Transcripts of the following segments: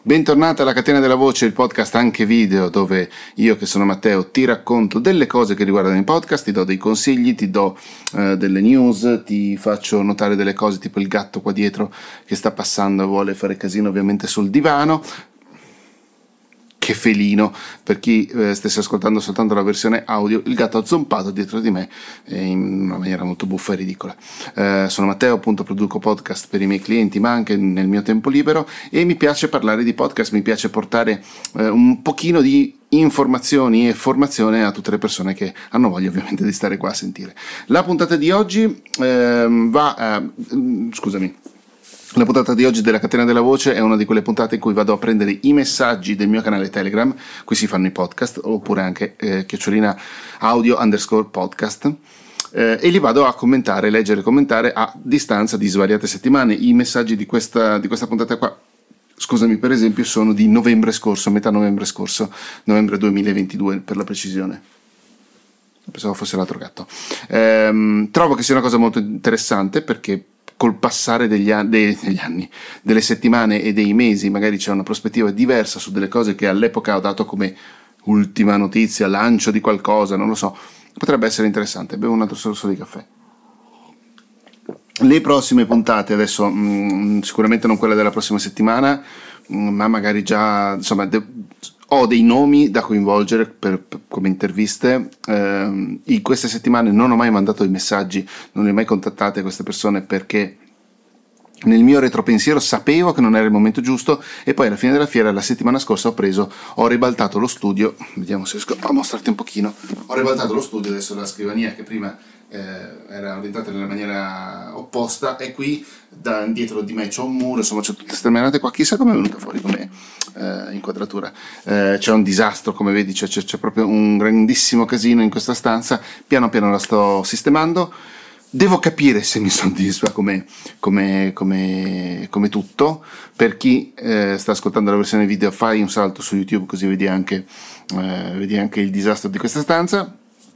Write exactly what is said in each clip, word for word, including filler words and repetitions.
Bentornata alla Catena della Voce, il podcast anche video dove io che sono Matteo ti racconto delle cose che riguardano i podcast, ti do dei consigli, ti do uh, delle news, ti faccio notare delle cose tipo il gatto qua dietro che sta passando e vuole fare casino ovviamente sul divano. Che felino, per chi eh, stesse ascoltando soltanto la versione audio, il gatto ha zompato dietro di me eh, in una maniera molto buffa e ridicola. Eh, sono Matteo, appunto produco podcast per i miei clienti ma anche nel mio tempo libero e mi piace parlare di podcast, mi piace portare eh, un pochino di informazioni e formazione a tutte le persone che hanno voglia ovviamente di stare qua a sentire. La puntata di oggi eh, va a... scusami. La puntata di oggi della Catena della Voce è una di quelle puntate in cui vado a prendere i messaggi del mio canale Telegram, qui si fanno i podcast, oppure anche eh, chiocciolina audio underscore podcast, eh, e li vado a commentare, leggere e commentare a distanza di svariate settimane. I messaggi di questa, di questa puntata qua, scusami, per esempio, sono di novembre scorso, metà novembre scorso, novembre duemilaventidue per la precisione. Pensavo fosse l'altro gatto. Ehm, trovo che sia una cosa molto interessante perché col passare degli anni, degli anni, delle settimane e dei mesi, magari c'è una prospettiva diversa su delle cose che all'epoca ho dato come ultima notizia, lancio di qualcosa, non lo so, potrebbe essere interessante. Bevo un altro sorso di caffè. Le prossime puntate, adesso mh, sicuramente non quella della prossima settimana, mh, ma magari già, insomma, de- ho dei nomi da coinvolgere per, per, come interviste. Eh, in queste settimane non ho mai mandato i messaggi, non le ho mai contattate queste persone perché nel mio retropensiero sapevo che non era il momento giusto e poi alla fine della fiera la settimana scorsa ho preso, ho ribaltato lo studio, vediamo se riesco a mostrarti un pochino, ho ribaltato lo studio, adesso la scrivania che prima eh, era orientata nella maniera opposta e qui da dietro di me c'è un muro, insomma c'è tutte sterminate qua, chissà come è venuta fuori come eh, inquadratura, eh, c'è un disastro come vedi, c'è, c'è, c'è proprio un grandissimo casino in questa stanza, piano piano la sto sistemando. Devo capire se mi soddisfa come, come, come, come tutto. Per chi eh, sta ascoltando la versione video, fai un salto su YouTube così vedi anche, eh, vedi anche il disastro di questa stanza.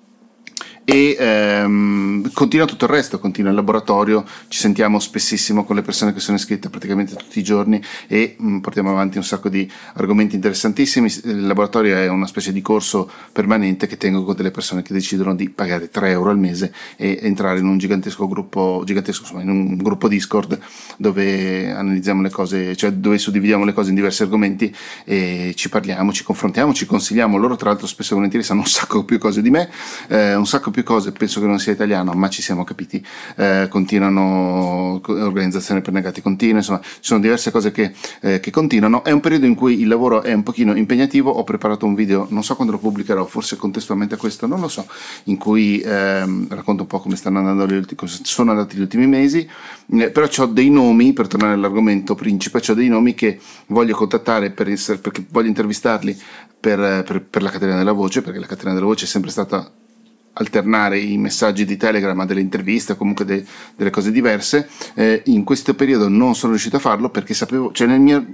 E ehm, continua tutto il resto, continua il laboratorio, ci sentiamo spessissimo con le persone che sono iscritte praticamente tutti i giorni e mh, portiamo avanti un sacco di argomenti interessantissimi. Il laboratorio è una specie di corso permanente che tengo con delle persone che decidono di pagare tre euro al mese e entrare in un gigantesco gruppo, gigantesco insomma, in un gruppo Discord dove analizziamo le cose, cioè dove suddividiamo le cose in diversi argomenti e ci parliamo, ci confrontiamo, ci consigliamo. Loro tra l'altro spesso e volentieri sanno un sacco più cose di me, eh, un sacco più cose, penso che non sia italiano ma ci siamo capiti, eh, continuano organizzazione per negati continua, insomma ci sono diverse cose che, eh, che continuano. È un periodo in cui il lavoro è un pochino impegnativo, ho preparato un video, non so quando lo pubblicherò, forse contestualmente a questo, non lo so, in cui ehm, racconto un po' come stanno andando gli ultimi, come sono andati gli ultimi mesi, eh, però ho dei nomi, per tornare all'argomento principe, ho dei nomi che voglio contattare per essere, perché voglio intervistarli per, per, per la Catena della Voce, perché la Catena della Voce è sempre stata alternare i messaggi di Telegram a delle interviste, comunque de, delle cose diverse. Eh, in questo periodo non sono riuscito a farlo perché sapevo, cioè nel mio,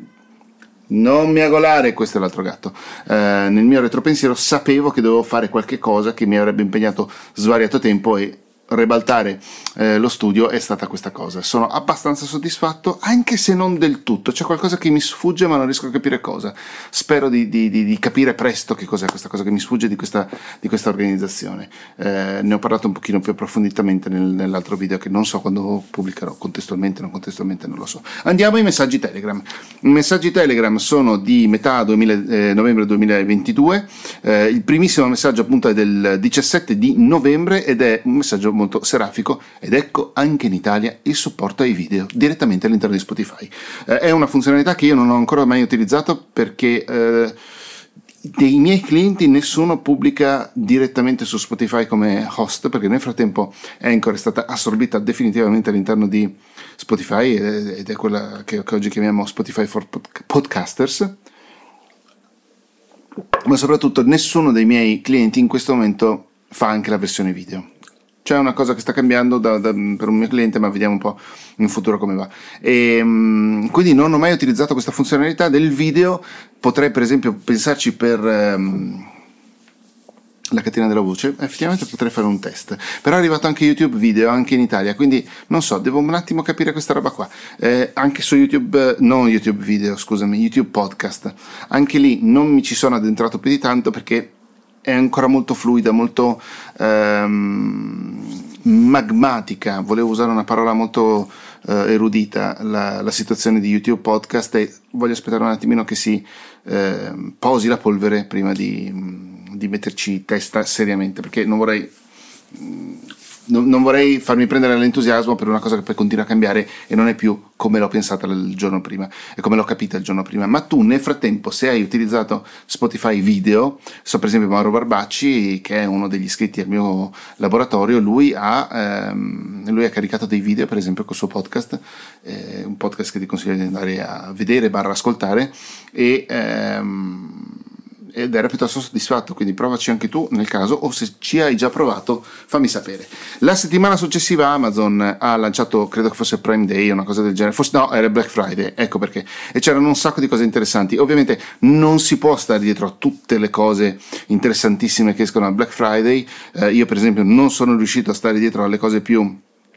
non mi agolare, questo è l'altro gatto, eh, nel mio retropensiero sapevo che dovevo fare qualche cosa che mi avrebbe impegnato svariato tempo e ribaltare eh, lo studio è stata questa cosa. Sono abbastanza soddisfatto, anche se non del tutto, c'è qualcosa che mi sfugge ma non riesco a capire cosa. Spero di, di, di, di capire presto che cos'è questa cosa che mi sfugge di questa, di questa organizzazione. Eh, ne ho parlato un pochino più approfonditamente nel, nell'altro video che non so quando pubblicherò, contestualmente non contestualmente non lo so. Andiamo ai messaggi Telegram. I messaggi Telegram sono di metà duemila, eh, novembre duemilaventidue, eh, il primissimo messaggio appunto è del diciassette di novembre ed è un messaggio molto serafico, ed ecco anche in Italia il supporto ai video direttamente all'interno di Spotify. Eh, è una funzionalità che io non ho ancora mai utilizzato perché eh, dei miei clienti nessuno pubblica direttamente su Spotify come host, perché nel frattempo Anchor è stata assorbita definitivamente all'interno di Spotify ed è quella che, che oggi chiamiamo Spotify for Podcasters, ma soprattutto nessuno dei miei clienti in questo momento fa anche la versione video. C'è una cosa che sta cambiando da, da, per un mio cliente, ma vediamo un po' in futuro come va. E, um, quindi non ho mai utilizzato questa funzionalità del video. Potrei per esempio pensarci per, um, la catena della voce, effettivamente potrei fare un test. Però è arrivato anche YouTube video, anche in Italia, quindi non so, devo un attimo capire questa roba qua. Eh, anche su YouTube, non YouTube video, scusami, YouTube podcast, anche lì non mi ci sono addentrato più di tanto perché è ancora molto fluida, molto ehm, magmatica, volevo usare una parola molto eh, erudita, la, la situazione di YouTube podcast, e voglio aspettare un attimino che si eh, posi la polvere prima di di metterci testa seriamente, perché non vorrei non, non vorrei farmi prendere l'entusiasmo per una cosa che poi continua a cambiare e non è più come l'ho pensata il giorno prima e come l'ho capita il giorno prima. Ma tu nel frattempo, se hai utilizzato Spotify video, so per esempio Mauro Barbacci, che è uno degli iscritti al mio laboratorio, lui ha, ehm, lui ha caricato dei video per esempio col suo podcast, eh, un podcast che ti consiglio di andare a vedere barra ascoltare, e ehm, ed era piuttosto soddisfatto, quindi provaci anche tu nel caso, o se ci hai già provato fammi sapere. La settimana successiva Amazon ha lanciato, credo che fosse Prime Day o una cosa del genere, forse no, era Black Friday, ecco perché, e c'erano un sacco di cose interessanti. Ovviamente non si può stare dietro a tutte le cose interessantissime che escono a Black Friday, eh, io per esempio non sono riuscito a stare dietro alle cose più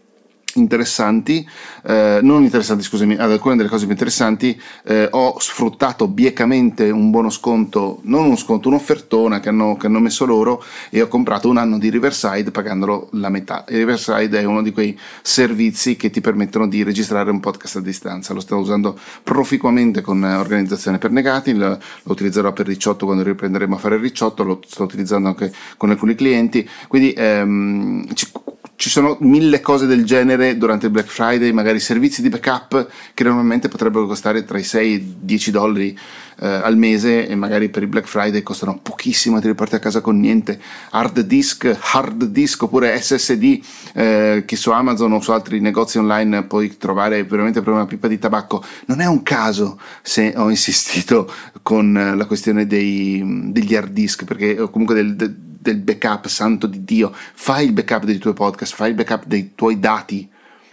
interessanti, eh, non interessanti scusami, ad alcune delle cose più interessanti. eh, ho sfruttato biecamente un buono sconto, non uno sconto, un'offertona che hanno, che hanno messo loro, e ho comprato un anno di Riverside pagandolo la metà. E Riverside è uno di quei servizi che ti permettono di registrare un podcast a distanza. Lo sto usando proficuamente con Organizzazione per Negati, lo, lo utilizzerò per Ricciotto quando riprenderemo a fare il Ricciotto, lo sto utilizzando anche con alcuni clienti, quindi ehm, ci, Ci sono mille cose del genere durante il Black Friday, magari servizi di backup che normalmente potrebbero costare tra i sei e i dieci dollari eh, al mese, e magari per il Black Friday costano pochissimo, ti riporti a casa con niente. Hard disk, hard disk oppure S S D eh, che su Amazon o su altri negozi online puoi trovare veramente per una pipa di tabacco. Non è un caso se ho insistito con la questione dei, degli hard disk, perché comunque del, del del backup, santo di Dio, fai il backup dei tuoi podcast, fai il backup dei tuoi dati.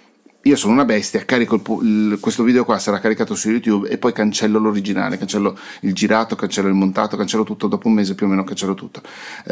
Io sono una bestia, carico il, il, questo video qua sarà caricato su YouTube e poi cancello l'originale, cancello il girato, cancello il montato, cancello tutto, dopo un mese più o meno cancello tutto.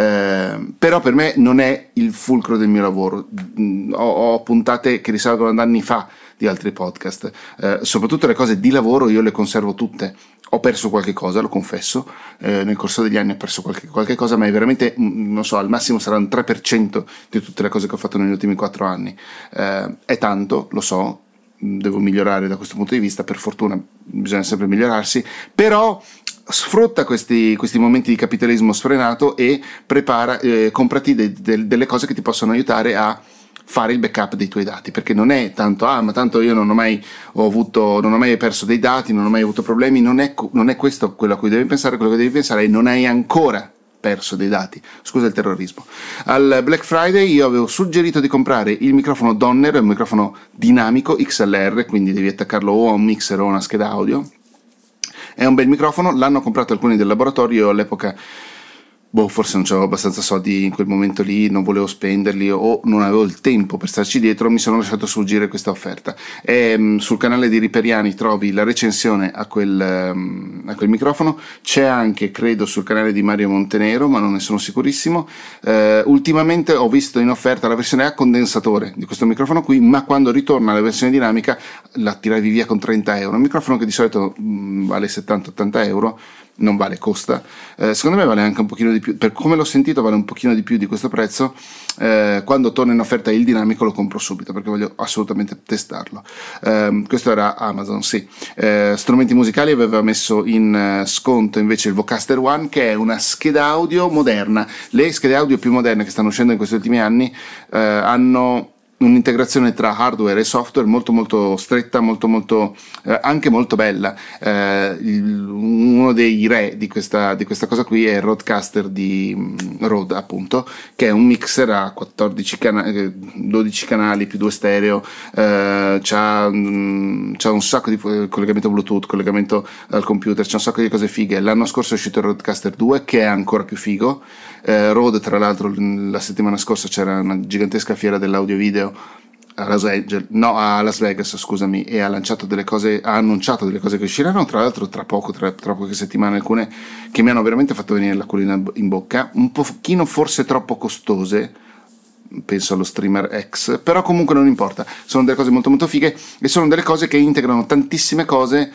Eh, però per me non è il fulcro del mio lavoro. Ho, ho puntate che risalgono ad anni fa di altri podcast, eh, soprattutto le cose di lavoro io le conservo tutte. Ho perso qualche cosa, lo confesso, eh, nel corso degli anni ho perso qualche, qualche cosa, ma è veramente, non so, al massimo sarà un tre per cento di tutte le cose che ho fatto negli ultimi quattro anni. Eh, è tanto, lo so, devo migliorare da questo punto di vista, per fortuna bisogna sempre migliorarsi, però sfrutta questi, questi momenti di capitalismo sfrenato e prepara, eh, comprati de, de, delle cose che ti possono aiutare a fare il backup dei tuoi dati, perché non è tanto ah ma tanto io non ho mai ho avuto non ho mai perso dei dati, non ho mai avuto problemi. Non è, non è questo quello a cui devi pensare. Quello che devi pensare è non hai ancora perso dei dati. Scusa il terrorismo. Al Black Friday io avevo suggerito di comprare il microfono Donner, un microfono dinamico X L R, quindi devi attaccarlo o a un mixer o a una scheda audio. È un bel microfono, l'hanno comprato alcuni del laboratorio. Io all'epoca boh, forse non c'avevo abbastanza soldi in quel momento lì, non volevo spenderli o non avevo il tempo per starci dietro, mi sono lasciato sfuggire questa offerta. E, sul canale di Riperiani trovi la recensione a quel, um, a quel microfono. C'è anche, credo, sul canale di Mario Montenero, ma non ne sono sicurissimo. Uh, ultimamente ho visto in offerta la versione a condensatore di questo microfono qui, ma quando ritorna la versione dinamica la tiravi via con trenta euro. Un microfono che di solito mh, vale settanta ottanta euro, non vale, costa, eh, secondo me vale anche un pochino di più, per come l'ho sentito vale un pochino di più di questo prezzo. Eh, quando torna in offerta il dinamico lo compro subito perché voglio assolutamente testarlo. Eh, questo era Amazon, sì. Eh, strumenti musicali aveva messo in uh, sconto invece il Vocaster One, che è una scheda audio moderna. Le schede audio più moderne che stanno uscendo in questi ultimi anni eh, hanno un'integrazione tra hardware e software molto molto stretta, molto molto eh, anche molto bella. Eh, il, uno dei re di questa, di questa cosa qui è il Rodecaster di um, Rode, appunto, che è un mixer a quattordici canali, dodici canali più due stereo, eh, c'ha, um, c'ha un sacco di collegamento Bluetooth, collegamento al computer, c'ha un sacco di cose fighe. L'anno scorso è uscito il Rodecaster due, che è ancora più figo. eh, Rode, tra l'altro, la settimana scorsa c'era una gigantesca fiera dell'audio video a Los Angeles, no, a Las Vegas, scusami, e ha lanciato delle cose, ha annunciato delle cose che usciranno tra l'altro tra poco, tra, tra poche settimane, alcune che mi hanno veramente fatto venire l'acquolina in bocca, un pochino forse troppo costose, penso allo Streamer X, però comunque non importa, sono delle cose molto molto fighe e sono delle cose che integrano tantissime cose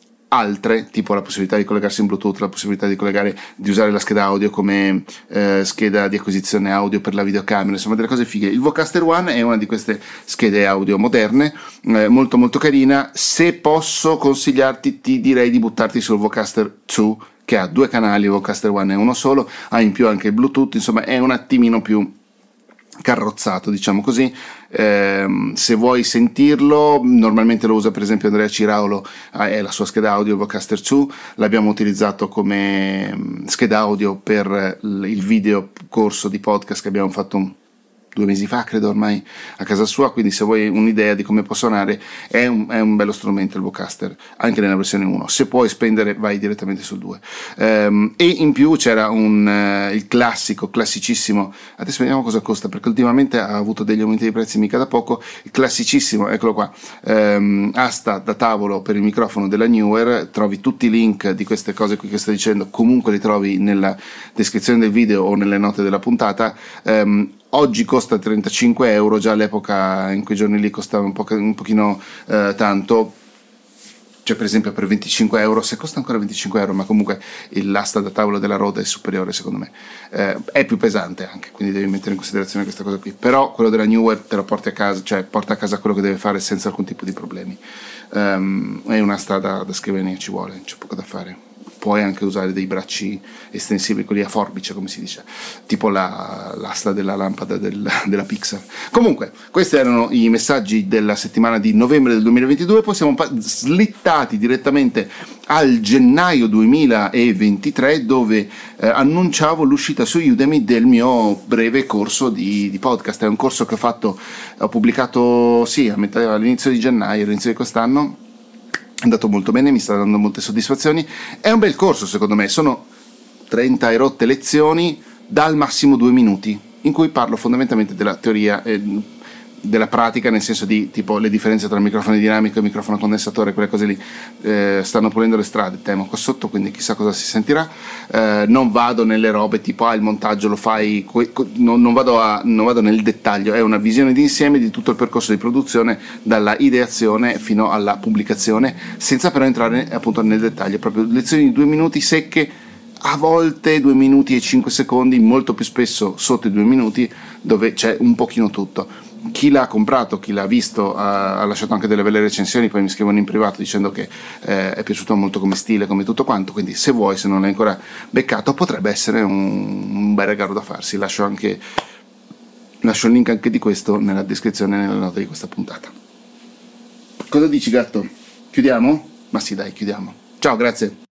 altre, tipo la possibilità di collegarsi in Bluetooth, la possibilità di collegare, di usare la scheda audio come eh, scheda di acquisizione audio per la videocamera, insomma delle cose fighe. Il Vocaster One è una di queste schede audio moderne, eh, molto molto carina. Se posso consigliarti, ti direi di buttarti sul Vocaster due, che ha due canali, il Vocaster One è uno solo, ha in più anche il Bluetooth, insomma è un attimino più carrozzato, diciamo così. Eh, se vuoi sentirlo, normalmente lo usa per esempio Andrea Ciraulo, eh, è la sua scheda audio, il Vocaster due, l'abbiamo utilizzato come scheda audio per il video corso di podcast che abbiamo fatto due mesi fa, credo ormai, a casa sua, quindi se vuoi un'idea di come può suonare è un, è un bello strumento il Vocaster, anche nella versione uno. Se puoi spendere vai direttamente sul due. Um, e in più c'era un, uh, il classico, classicissimo, adesso vediamo cosa costa, perché ultimamente ha avuto degli aumenti di prezzi mica da poco, il classicissimo, eccolo qua, um, asta da tavolo per il microfono della Neewer. Trovi tutti i link di queste cose qui che sto dicendo, comunque li trovi nella descrizione del video o nelle note della puntata. Um, Oggi costa trentacinque euro, già all'epoca in quei giorni lì costava un, po- un pochino eh, tanto, cioè per esempio per venticinque euro, se costa ancora venticinque euro, ma comunque l'asta da tavola della Rode è superiore secondo me, eh, è più pesante anche, quindi devi mettere in considerazione questa cosa qui, però quello della Neewer te lo porti a casa, cioè porta a casa quello che deve fare senza alcun tipo di problemi. Um, è una strada da scrivere, ci vuole, c'è poco da fare. Puoi anche usare dei bracci estensibili, quelli a forbice come si dice, tipo la, l'asta della lampada del, della Pixar. Comunque questi erano i messaggi della settimana di novembre del duemilaventidue. Poi siamo slittati direttamente al gennaio duemilaventitré, dove eh, annunciavo l'uscita su Udemy del mio breve corso di, di podcast. È un corso che ho fatto, ho pubblicato sì a metà, all'inizio di gennaio, all'inizio di quest'anno. È andato molto bene, mi sta dando molte soddisfazioni. È un bel corso secondo me, sono trenta e rotte lezioni dal massimo due minuti in cui parlo fondamentalmente della teoria e della pratica, nel senso di tipo le differenze tra il microfono dinamico e il microfono condensatore, quelle cose lì. Eh, stanno pulendo le strade, temo qua sotto, quindi chissà cosa si sentirà. Eh, non vado nelle robe tipo ah il montaggio lo fai, que- non, non, vado a, non vado nel dettaglio, è una visione d'insieme di tutto il percorso di produzione dalla ideazione fino alla pubblicazione, senza però entrare appunto nel dettaglio, proprio lezioni di due minuti secche, a volte due minuti e cinque secondi, molto più spesso sotto i due minuti, dove c'è un pochino tutto. Chi l'ha comprato, chi l'ha visto, ha, ha lasciato anche delle belle recensioni, poi mi scrivono in privato dicendo che eh, è piaciuto molto come stile, come tutto quanto, quindi se vuoi, se non l'hai ancora beccato, potrebbe essere un, un bel regalo da farsi. Lascio anche lascio il link anche di questo nella descrizione, nella nota di questa puntata. Cosa dici, gatto? Chiudiamo? Ma sì dai, chiudiamo. Ciao, grazie.